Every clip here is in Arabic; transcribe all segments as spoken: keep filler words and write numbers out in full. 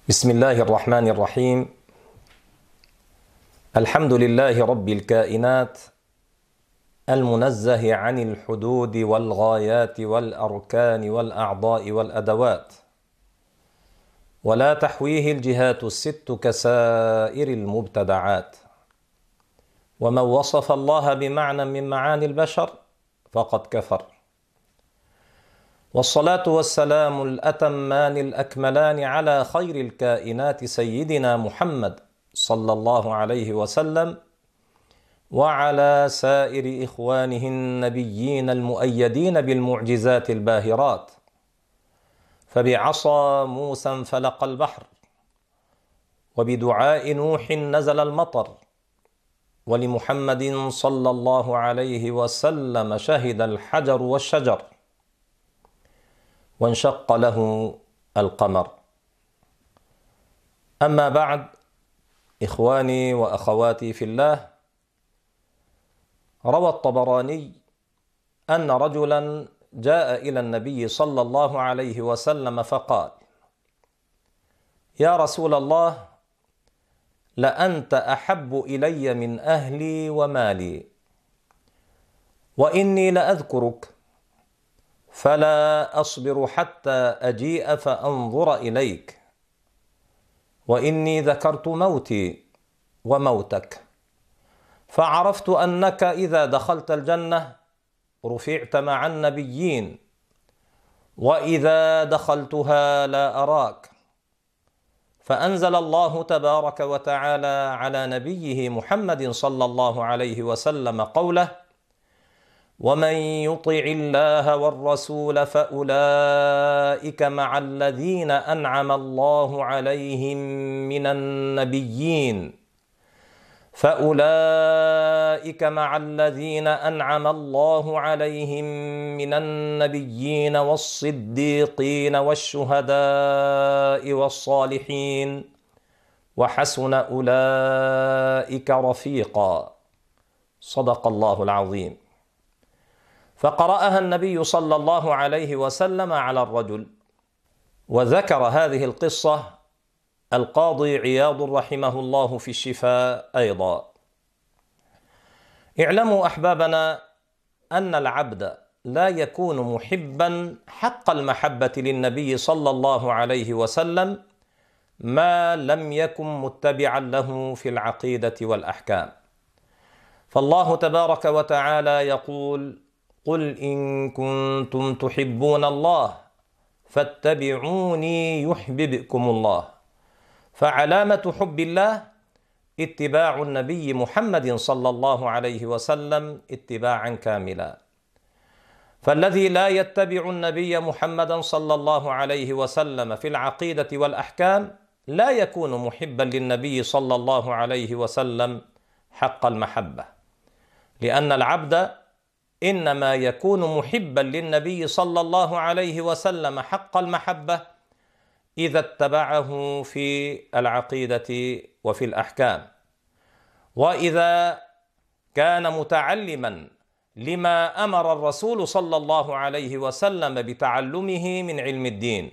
بسم الله الرحمن الرحيم. الحمد لله رب الكائنات المنزه عن الحدود والغايات والأركان والأعضاء والأدوات، ولا تحويه الجهات الست كسائر المبتدعات. ومن وصف الله بمعنى من معاني البشر فقد كفر. والصلاة والسلام الأتمان الأكملان على خير الكائنات سيدنا محمد صلى الله عليه وسلم، وعلى سائر إخوانه النبيين المؤيدين بالمعجزات الباهرات. فبعصا موسى انفلق البحر، وبدعاء نوح نزل المطر، ولمحمد صلى الله عليه وسلم شهد الحجر والشجر، وانشق له القمر. أما بعد، إخواني وأخواتي في الله، روى الطبراني أن رجلا جاء إلى النبي صلى الله عليه وسلم فقال: يا رسول الله، لأنت أحب إلي من أهلي ومالي، وإني لأذكرك فلا أصبر حتى أجيء فأنظر إليك، وإني ذكرت موتي وموتك، فعرفت أنك إذا دخلت الجنة رفعت مع النبيين، وإذا دخلتها لا أراك. فأنزل الله تبارك وتعالى على نبيه محمد صلى الله عليه وسلم قوله: ومن يطع الله والرسول فأولئك مع الذين أنعم الله عليهم من النبيين فأولئك مع الذين أنعم الله عليهم من النبيين والصديقين والشهداء والصالحين وحسن أولئك رفيقا. صدق الله العظيم. فقرأها النبي صلى الله عليه وسلم على الرجل. وذكر هذه القصة القاضي عياض رحمه الله في الشفاء أيضا. اعلموا أحبابنا أن العبد لا يكون محبا حق المحبة للنبي صلى الله عليه وسلم ما لم يكن متبعا له في العقيدة والأحكام. فالله تبارك وتعالى يقول: قل إن كنتم تحبون الله فاتبعوني يحببكم الله. فعلامة حب الله اتباع النبي محمد صلى الله عليه وسلم اتباعا كاملا. فالذي لا يتبع النبي محمدا صلى الله عليه وسلم في العقيدة والأحكام لا يكون محبا للنبي صلى الله عليه وسلم حق المحبة، لأن العبد إنما يكون محبا للنبي صلى الله عليه وسلم حق المحبة إذا اتبعه في العقيدة وفي الأحكام، وإذا كان متعلما لما أمر الرسول صلى الله عليه وسلم بتعلمه من علم الدين،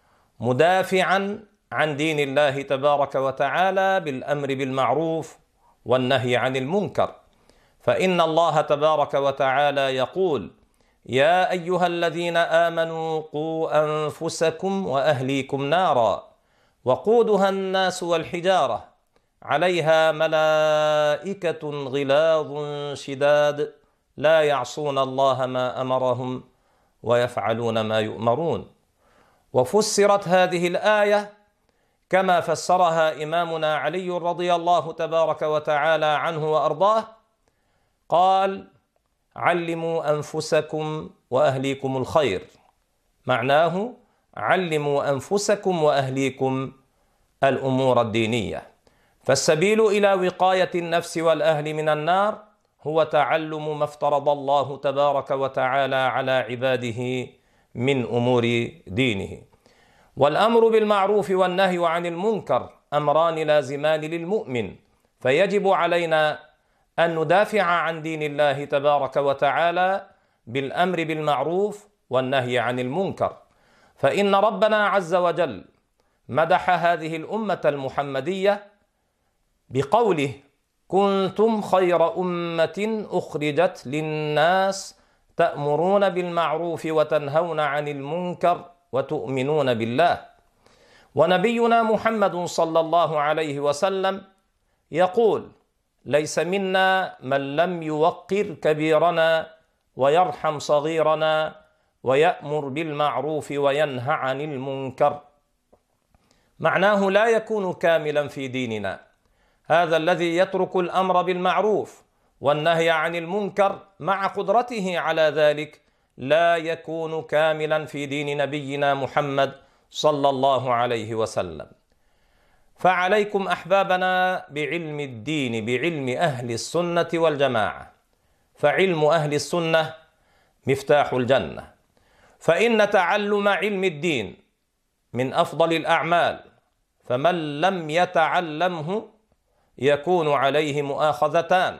مدافعا عن دين الله تبارك وتعالى بالأمر بالمعروف والنهي عن المنكر. فإن الله تبارك وتعالى يقول: يا أيها الذين آمنوا قوا أنفسكم وأهليكم نارا وقودها الناس والحجارة عليها ملائكة غلاظ شداد لا يعصون الله ما أمرهم ويفعلون ما يؤمرون. وفسرت هذه الآية كما فسرها إمامنا علي رضي الله تبارك وتعالى عنه وأرضاه، قال: علموا أنفسكم وأهليكم الخير. معناه علموا أنفسكم وأهليكم الأمور الدينية. فالسبيل إلى وقاية النفس والأهل من النار هو تعلم ما افترض الله تبارك وتعالى على عباده من أمور دينه. والأمر بالمعروف والنهي عن المنكر أمران لازمان للمؤمن، فيجب علينا أن ندافع عن دين الله تبارك وتعالى بالأمر بالمعروف والنهي عن المنكر. فإن ربنا عز وجل مدح هذه الأمة المحمدية بقوله: كنتم خير أمة أخرجت للناس تأمرون بالمعروف وتنهون عن المنكر وتؤمنون بالله. ونبينا محمد صلى الله عليه وسلم يقول: ليس منا من لم يوقر كبيرنا ويرحم صغيرنا ويأمر بالمعروف وينهى عن المنكر. معناه لا يكون كاملا في ديننا هذا الذي يترك الأمر بالمعروف والنهي عن المنكر مع قدرته على ذلك، لا يكون كاملا في دين نبينا محمد صلى الله عليه وسلم. فعليكم أحبابنا بعلم الدين، بعلم أهل السنة والجماعة، فعلم أهل السنة مفتاح الجنة، فإن تعلم علم الدين من أفضل الأعمال، فمن لم يتعلمه يكون عليه مؤاخذتان: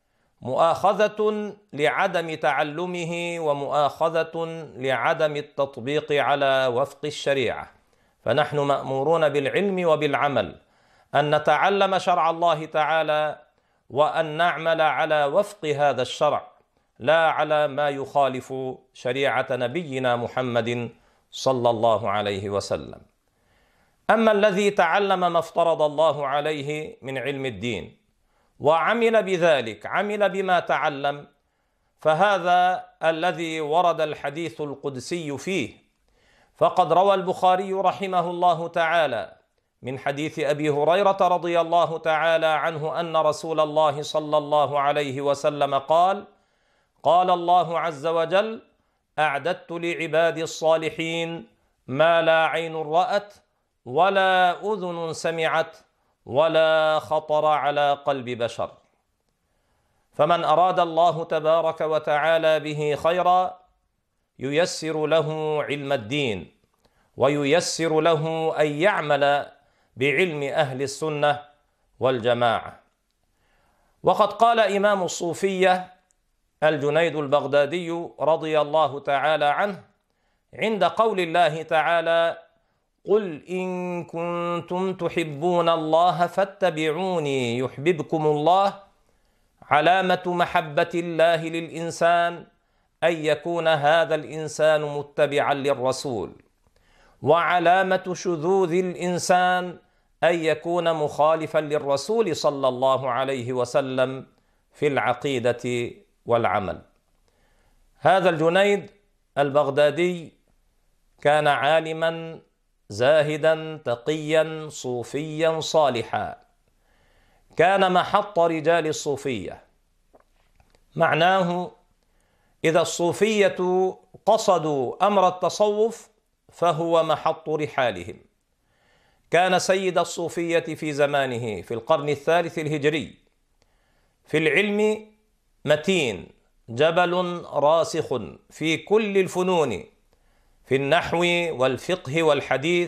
مؤاخذة لعدم تعلمه، ومؤاخذة لعدم التطبيق على وفق الشريعة. فنحن مأمورون بالعلم وبالعمل، أن نتعلم شرع الله تعالى وأن نعمل على وفق هذا الشرع، لا على ما يخالف شريعة نبينا محمد صلى الله عليه وسلم. أما الذي تعلم ما افترض الله عليه من علم الدين وعمل بذلك، عمل بما تعلم، فهذا الذي ورد الحديث القدسي فيه. فقد روى البخاري رحمه الله تعالى من حديث أبي هريرة رضي الله تعالى عنه أن رسول الله صلى الله عليه وسلم قال: قال الله عز وجل: أعددت لعبادي الصالحين ما لا عين رأت ولا أذن سمعت ولا خطر على قلب بشر. فمن أراد الله تبارك وتعالى به خيرا ييسر له علم الدين، وييسر له أن يعمل بعلم أهل السنة والجماعة. وقد قال إمام الصوفية الجنيد البغدادي رضي الله تعالى عنه عند قول الله تعالى: قل إن كنتم تحبون الله فاتبعوني يحببكم الله: علامة محبة الله للإنسان أن يكون هذا الإنسان متبعا للرسول، وعلامة شذوذ الإنسان أن يكون مخالفا للرسول صلى الله عليه وسلم في العقيدة والعمل. هذا الجنيد البغدادي كان عالما زاهدا تقيا صوفيا صالحا، كان محط رجال الصوفية. معناه إذا الصوفية قصدوا أمر التصوف فهو محط رحالهم. كان سيد الصوفية في زمانه في القرن الثالث الهجري، في العلم متين، جبل راسخ في كل الفنون، في النحو والفقه والحديث.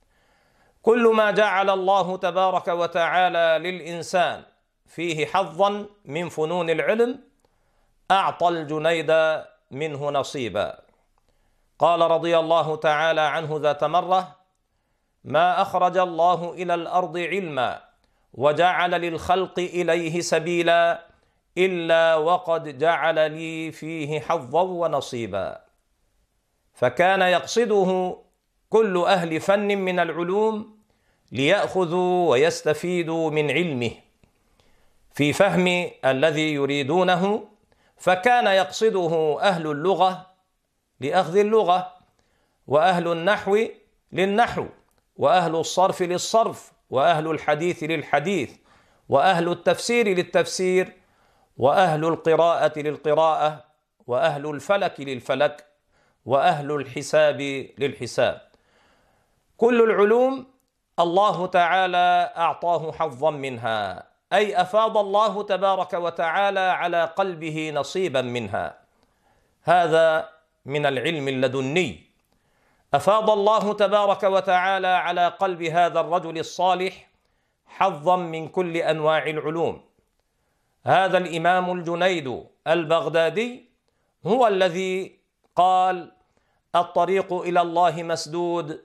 كل ما جعل الله تبارك وتعالى للإنسان فيه حظا من فنون العلم أعطى الجنيد منه نصيبا. قال رضي الله تعالى عنه ذات مرة: ما أخرج الله إلى الأرض علما وجعل للخلق إليه سبيلا إلا وقد جعل لي فيه حظا ونصيبا. فكان يقصده كل أهل فن من العلوم ليأخذوا ويستفيدوا من علمه في فهم الذي يريدونه، فكان يقصده أهل اللغة لأخذ اللغة، وأهل النحو للنحو، وأهل الصرف للصرف، وأهل الحديث للحديث، وأهل التفسير للتفسير، وأهل القراءة للقراءة، وأهل الفلك للفلك، وأهل الحساب للحساب. كل العلوم الله تعالى أعطاه حظا منها، أي أفاض الله تبارك وتعالى على قلبه نصيبا منها. هذا من العلم اللدني، أفاض الله تبارك وتعالى على قلب هذا الرجل الصالح حظا من كل أنواع العلوم. هذا الإمام الجنيد البغدادي هو الذي قال: الطريق إلى الله مسدود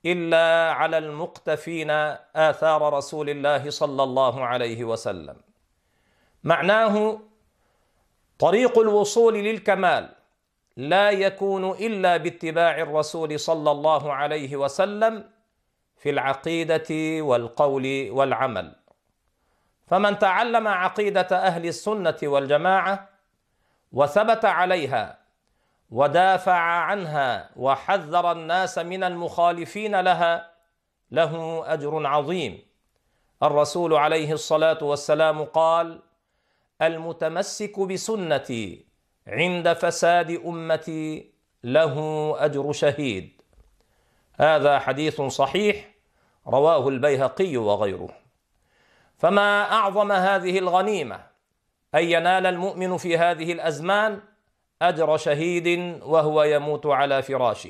إلا على المقتفين آثار رسول الله صلى الله عليه وسلم. معناه طريق الوصول للكمال لا يكون إلا باتباع الرسول صلى الله عليه وسلم في العقيدة والقول والعمل. فمن تعلم عقيدة أهل السنة والجماعة وثبت عليها ودافع عنها وحذر الناس من المخالفين لها له أجر عظيم. الرسول عليه الصلاة والسلام قال: المتمسك بسنتي عند فساد أمتي له أجر شهيد. هذا حديث صحيح رواه البيهقي وغيره. فما أعظم هذه الغنيمة أن ينال المؤمن في هذه الأزمان أجر شهيد وهو يموت على فراشه.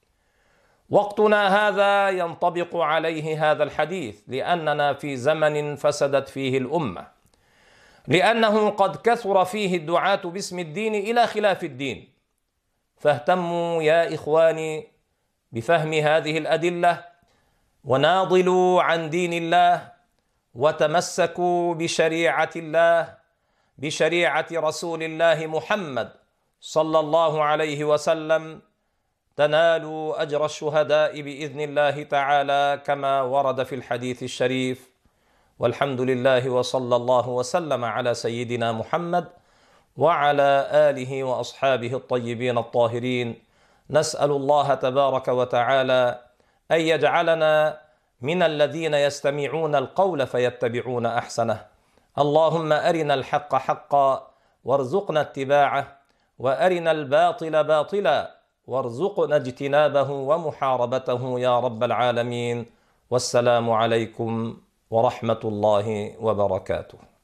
وقتنا هذا ينطبق عليه هذا الحديث، لأننا في زمن فسدت فيه الأمة، لأنه قد كثر فيه الدعاة باسم الدين إلى خلاف الدين. فاهتموا يا إخواني بفهم هذه الأدلة، وناضلوا عن دين الله، وتمسكوا بشريعة الله، بشريعة رسول الله محمد صلى الله عليه وسلم، تنالوا أجر الشهداء بإذن الله تعالى كما ورد في الحديث الشريف. والحمد لله، وصلى الله وسلم على سيدنا محمد وعلى آله وأصحابه الطيبين الطاهرين. نسأل الله تبارك وتعالى أن يجعلنا من الذين يستمعون القول فيتبعون أحسنه. اللهم أرنا الحق حقا وارزقنا اتباعه، وأرنا الباطل باطلا وارزقنا اجتنابه ومحاربته يا رب العالمين. والسلام عليكم ورحمة الله وبركاته.